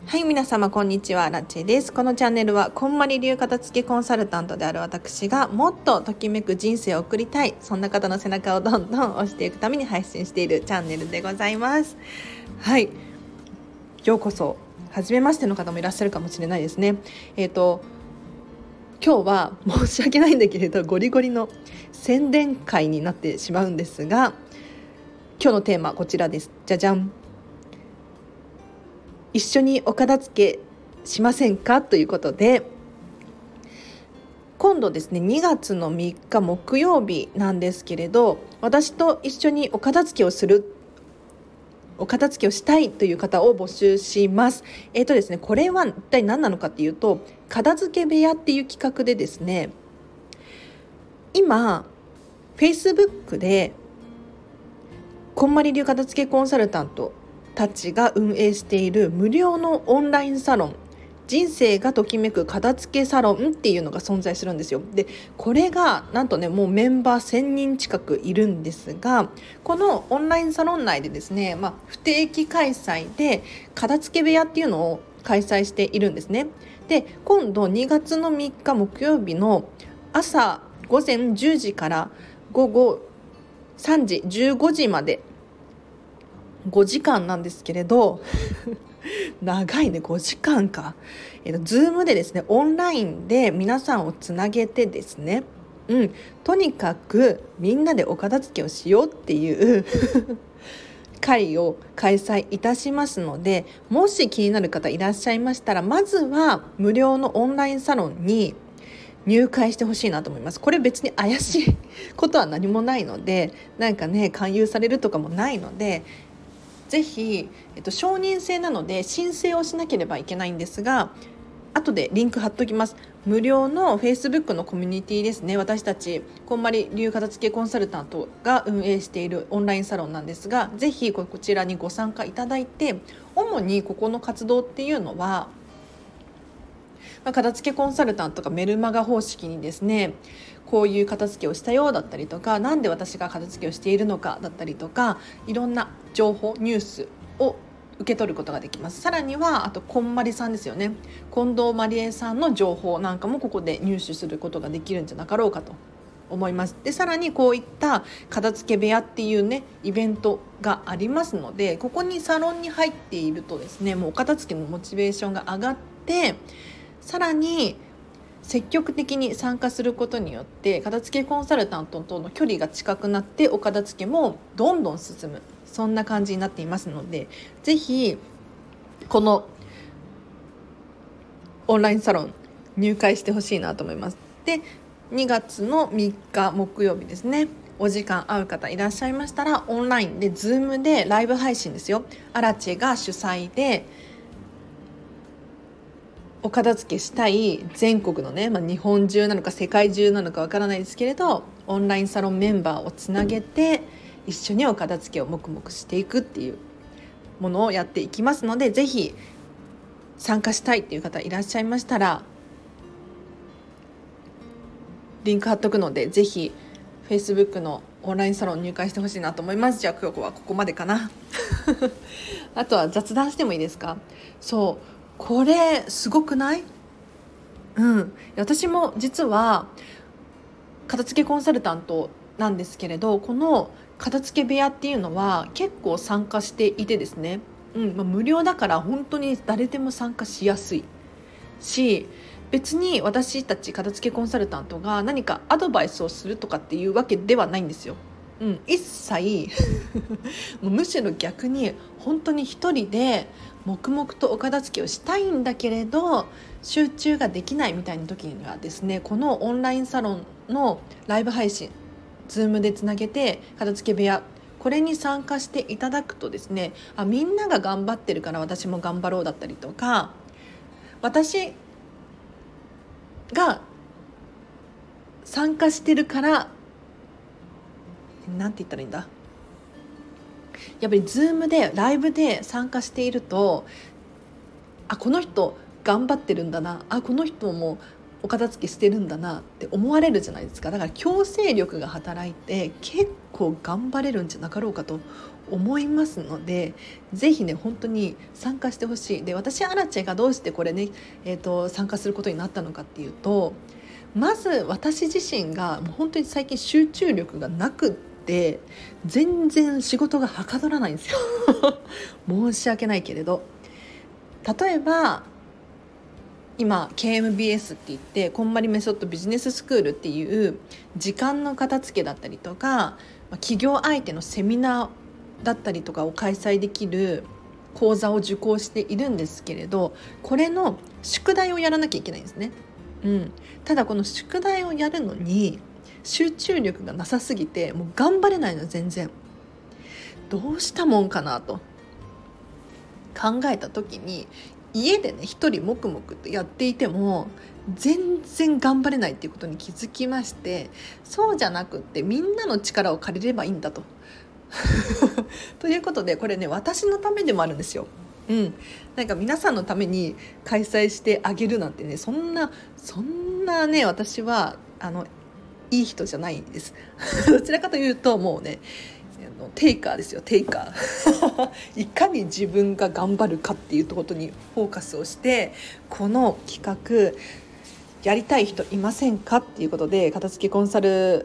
はい、皆様こんにちは、ラチェです。このチャンネルはこんまり流片付けコンサルタントである私がもっとときめく人生を送りたい、そんな方の背中をどんどん押していくために配信しているチャンネルでございます。はい、ようこそ。初めましての方もいらっしゃるかもしれないですね。今日は申し訳ないんだけれどゴリゴリの宣伝会になってしまうんですが、今日のテーマこちらです。じゃじゃん。一緒にお片付けしませんかということで、今度ですね2月の3日木曜日なんですけれど、私と一緒にお片付けをしたいという方を募集します。ですね、これは一体何なのかっていうと、片付け部屋っていう企画でですね、今 Facebook でこんまり流片付けコンサルタントたちが運営している無料のオンラインサロン、人生がときめく片付けサロンっていうのが存在するんですよ。でこれがなんとね、もうメンバー1000人近くいるんですが、このオンラインサロン内でですね、不定期開催で片付け部屋っていうのを開催しているんですね。で今度2月の3日木曜日の朝午前10時から午後3時15時まで5時間なんですけれど長いね、5時間か。Zoom でですね、オンラインで皆さんをつなげてですね、とにかくみんなでお片付けをしようっていう会を開催いたしますので、もし気になる方いらっしゃいましたら、まずは無料のオンラインサロンに入会してほしいなと思います。これ別に怪しいことは何もないので、なんかね勧誘されるとかもないので、ぜひ、承認制なので申請をしなければいけないんですが、後でリンク貼っときます。無料の Facebook のコミュニティですね。私たちこんまり流片付けコンサルタントが運営しているオンラインサロンなんですが、ぜひこちらにご参加いただいて、主にここの活動っていうのは、片付けコンサルタントがメルマガ方式にですね、こういう片付けをしたようだったりとか、なんで私が片付けをしているのかだったりとか、いろんな情報ニュースを受け取ることができます。さらにはあとこんまりさんですよね、近藤まりえさんの情報なんかもここで入手することができるんじゃなかろうかと思います。でさらにこういった片付け部屋っていうねイベントがありますので、ここにサロンに入っているとですね、もうお片付けのモチベーションが上がって、さらに積極的に参加することによって片付けコンサルタントとの距離が近くなって、お片付けもどんどん進む、そんな感じになっていますので、ぜひこのオンラインサロン入会してほしいなと思います。で2月の3日木曜日ですね、お時間合う方いらっしゃいましたら、オンラインで Zoom でライブ配信ですよ。アラチェが主催でお片付けしたい全国のね、日本中なのか世界中なのかわからないですけれど、オンラインサロンメンバーをつなげて一緒にお片付けを黙々していくっていうものをやっていきますので、ぜひ参加したいっていう方いらっしゃいましたら、リンク貼っとくので、ぜひ Facebook のオンラインサロン入会してほしいなと思います。じゃあ今日はここまでかなあとは雑談してもいいですか？そう、これすごくない？私も実は片付けコンサルタントなんですけれど、この片付け部屋っていうのは結構参加していてですね、無料だから本当に誰でも参加しやすいし、別に私たち片付けコンサルタントが何かアドバイスをするとかっていうわけではないんですよ。一切もうむしろ逆に本当に一人で黙々とお片付けをしたいんだけれど集中ができないみたいな時にはですね、このオンラインサロンのライブ配信 Zoom でつなげて片付け部屋、これに参加していただくとですね、みんなが頑張ってるから私も頑張ろうだったりとか、私が参加してるから、なんて言ったらいいんだ、やっぱり Zoom でライブで参加していると、この人頑張ってるんだな、この人もお片付けしてるんだなって思われるじゃないですか。だから強制力が働いて結構頑張れるんじゃなかろうかと思いますので、ぜひね本当に参加してほしい。で、私アラチェがどうしてこれね、参加することになったのかっていうと、まず私自身がもう本当に最近集中力がなくって全然仕事がはかどらないんですよ申し訳ないけれど、例えば今 KMBS って言ってこんまりメソッドビジネススクールっていう時間の片付けだったりとか企業相手のセミナーだったりとかを開催できる講座を受講しているんですけれど、これの宿題をやらなきゃいけないんですね。ただこの宿題をやるのに集中力がなさすぎてもう頑張れないの。全然どうしたもんかなと考えた時に、家でね一人黙々とやっていても全然頑張れないっていうことに気づきまして、そうじゃなくってみんなの力を借りればいいんだとということで、これね私のためでもあるんですよ。なんか皆さんのために開催してあげるなんてね、そんなね私はいい人じゃないです。どちらかというともうねテイカーですよ、テイカーいかに自分が頑張るかっていうことにフォーカスをして、この企画やりたい人いませんかっていうことで、片付けコンサル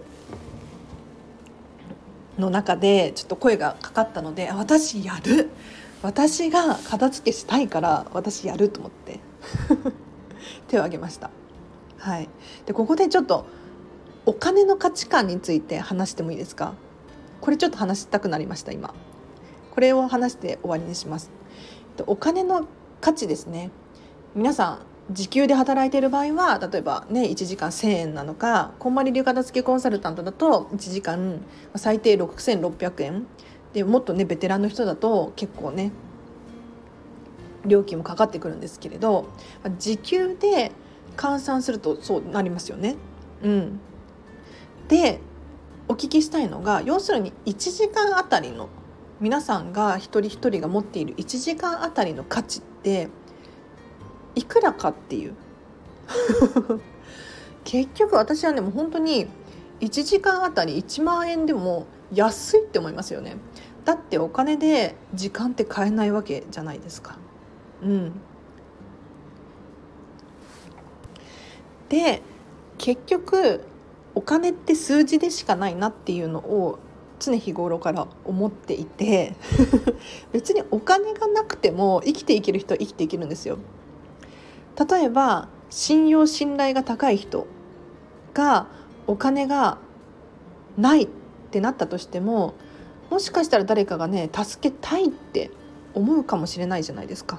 の中でちょっと声がかかったので、私やる、私が片付けしたいから私やると思って手を挙げました。でここでちょっとお金の価値観について話してもいいですか。これちょっと話したくなりました。今これを話して終わりにします。お金の価値ですね。皆さん時給で働いている場合は例えばね1時間1000円なのか、こんまり流片付けコンサルタントだと1時間最低6600円で、もっとねベテランの人だと結構ね料金もかかってくるんですけれど、時給で換算するとそうなりますよね。でお聞きしたいのが、要するに1時間あたりの皆さんが一人一人が持っている1時間あたりの価値っていくらかっていう結局私はねもう本当に1時間あたり1万円でも安いって思いますよね。だってお金で時間って買えないわけじゃないですか。で結局お金って数字でしかないなっていうのを常日頃から思っていて別にお金がなくても生きていける人は生きていけるんですよ。例えば信用信頼が高い人がお金がないってなったとしても、もしかしたら誰かがね助けたいって思うかもしれないじゃないですか。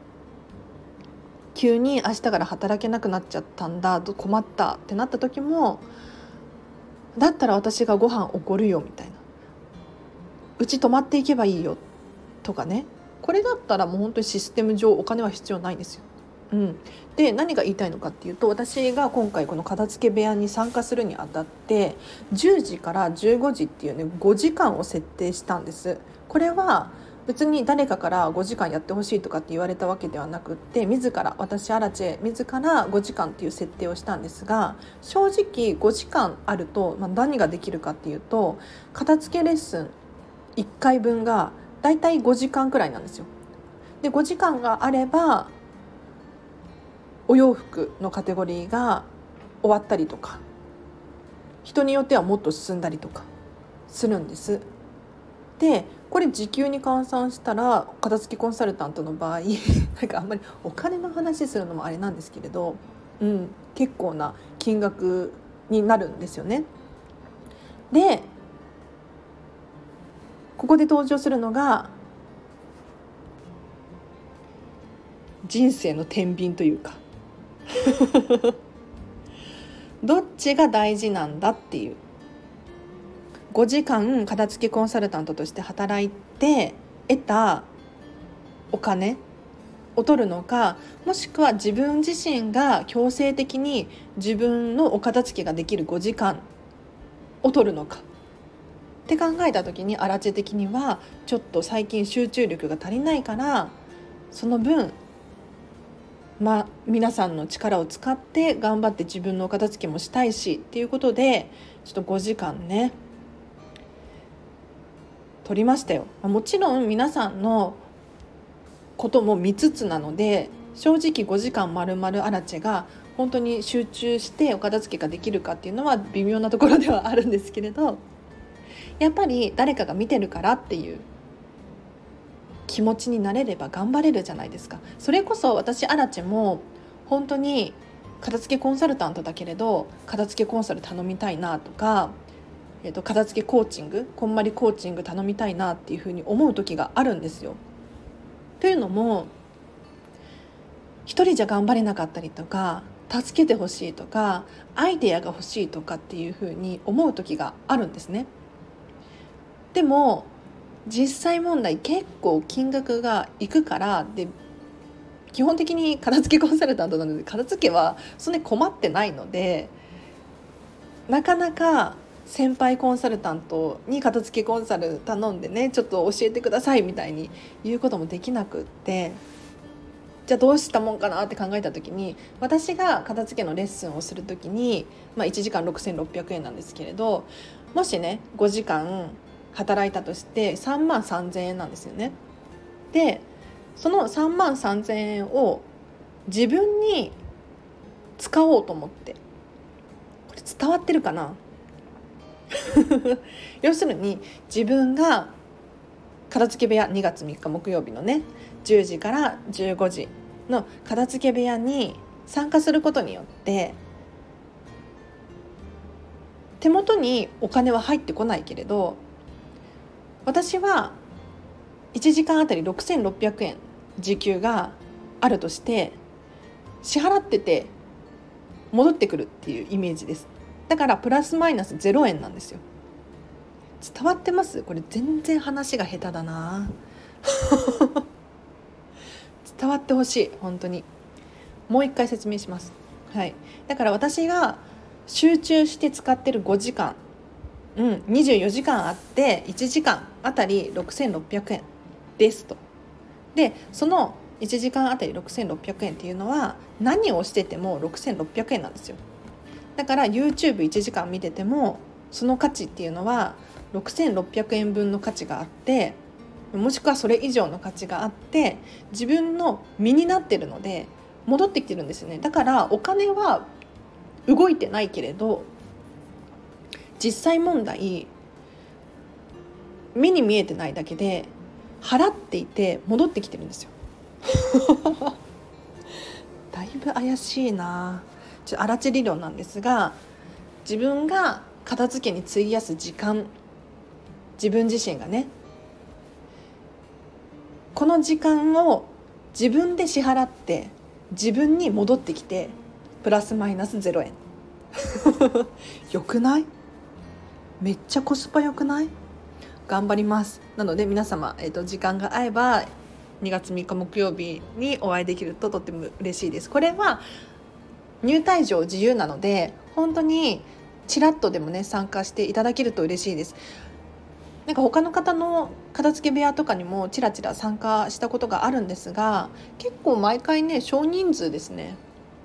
急に明日から働けなくなっちゃったんだ、困ったってなった時も、だったら私がご飯おごるよみたいな、うち泊まっていけばいいよとかね。これだったらもう本当にシステム上お金は必要ないんですよ。で何が言いたいのかっていうと、私が今回この片付け部屋に参加するにあたって10時から15時っていうね5時間を設定したんです。これは別に誰かから5時間やってほしいとかって言われたわけではなくって、私アラチェ自ら5時間っていう設定をしたんですが、正直5時間あると、何ができるかっていうと、片付けレッスン1回分がだいたい5時間くらいなんですよ。で5時間があればお洋服のカテゴリーが終わったりとか、人によってはもっと進んだりとかするんです。でこれ時給に換算したら、片付きコンサルタントの場合なんかあんまりお金の話するのもあれなんですけれど、結構な金額になるんですよね。でここで登場するのが人生の天秤というかどっちが大事なんだっていう。5時間片付けコンサルタントとして働いて得たお金を取るのか、もしくは自分自身が強制的に自分のお片付けができる5時間を取るのかって考えた時に、アラチェ的にはちょっと最近集中力が足りないから、その分皆さんの力を使って頑張って自分のお片付けもしたいしっていうことで、ちょっと5時間ね取りましたよ。もちろん皆さんのことも見つつなので、正直5時間丸々アラチェが本当に集中してお片付けができるかっていうのは微妙なところではあるんですけれど、やっぱり誰かが見てるからっていう気持ちになれれば頑張れるじゃないですか。それこそ私アラチェも本当に片付けコンサルタントだけれど片付けコンサル頼みたいなとか、片付けコーチング、こんまりコーチング頼みたいなっていうふうに思う時があるんですよ。というのも、一人じゃ頑張れなかったりとか、助けてほしいとか、アイデアが欲しいとかっていうふうに思う時があるんですね。でも実際問題結構金額がいくから、で基本的に片付けコンサルタントなので片付けはそんなに困ってないので、なかなか先輩コンサルタントに片付けコンサル頼んでね、ちょっと教えてくださいみたいに言うこともできなくって、じゃあどうしたもんかなって考えた時に、私が片付けのレッスンをする時に、1時間6600円なんですけれど、もしね5時間働いたとして3万3000円なんですよね。でその3万3000円を自分に使おうと思って、これ伝わってるかな要するに自分が片付け部屋、2月3日木曜日のね10時から15時の片付け部屋に参加することによって、手元にお金は入ってこないけれど、私は1時間あたり6600円時給があるとして、支払ってて戻ってくるっていうイメージです。だからプラスマイナス0円なんですよ。伝わってます？これ全然話が下手だな伝わってほしい、本当に。もう一回説明します。はい、だから私が集中して使ってる5時間、24時間あって1時間あたり6600円ですと。でその1時間あたり6600円っていうのは何をしてても6600円なんですよ。だから YouTube1 時間見ててもその価値っていうのは6600円分の価値があって、もしくはそれ以上の価値があって、自分の身になってるので戻ってきてるんですよね。だからお金は動いてないけれど、実際問題目に見えてないだけで払っていて戻ってきてるんですよだいぶ怪しいな。アラチェ理論なんですが、自分が片付けに費やす時間、自分自身がねこの時間を自分で支払って自分に戻ってきてプラスマイナス0円よくない？めっちゃコスパよくない？頑張ります。なので皆様、時間が合えば2月3日木曜日にお会いできるととっても嬉しいです。これは入退場自由なので、本当にちらっとでもね参加していただけると嬉しいです。なんか他の方の片付け部屋とかにもちらちら参加したことがあるんですが、結構毎回ね少人数ですね。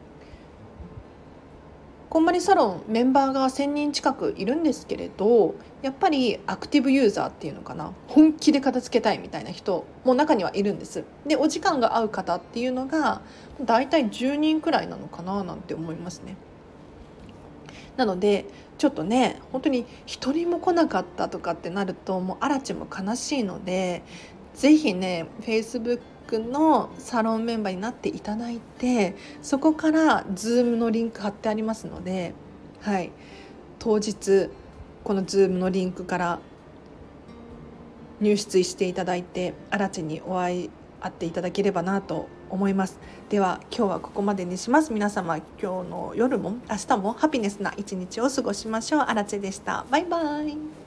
こんまりサロンメンバーが1000人近くいるんですけれど、やっぱりアクティブユーザーっていうのかな、本気で片付けたいみたいな人も中にはいるんです。でお時間が合う方っていうのがだいたい10人くらいなのかななんて思いますね。なのでちょっとね本当に一人も来なかったとかってなるともうアラチも悲しいので、ぜひね Facebook のサロンメンバーになっていただいて、そこから Zoom のリンク貼ってありますので、はい、当日この Zoom のリンクから入室していただいてアラチに会っていただければなと思います。では今日はここまでにします。皆様今日の夜も明日もハピネスな一日を過ごしましょう。アラチェでした。バイバイ。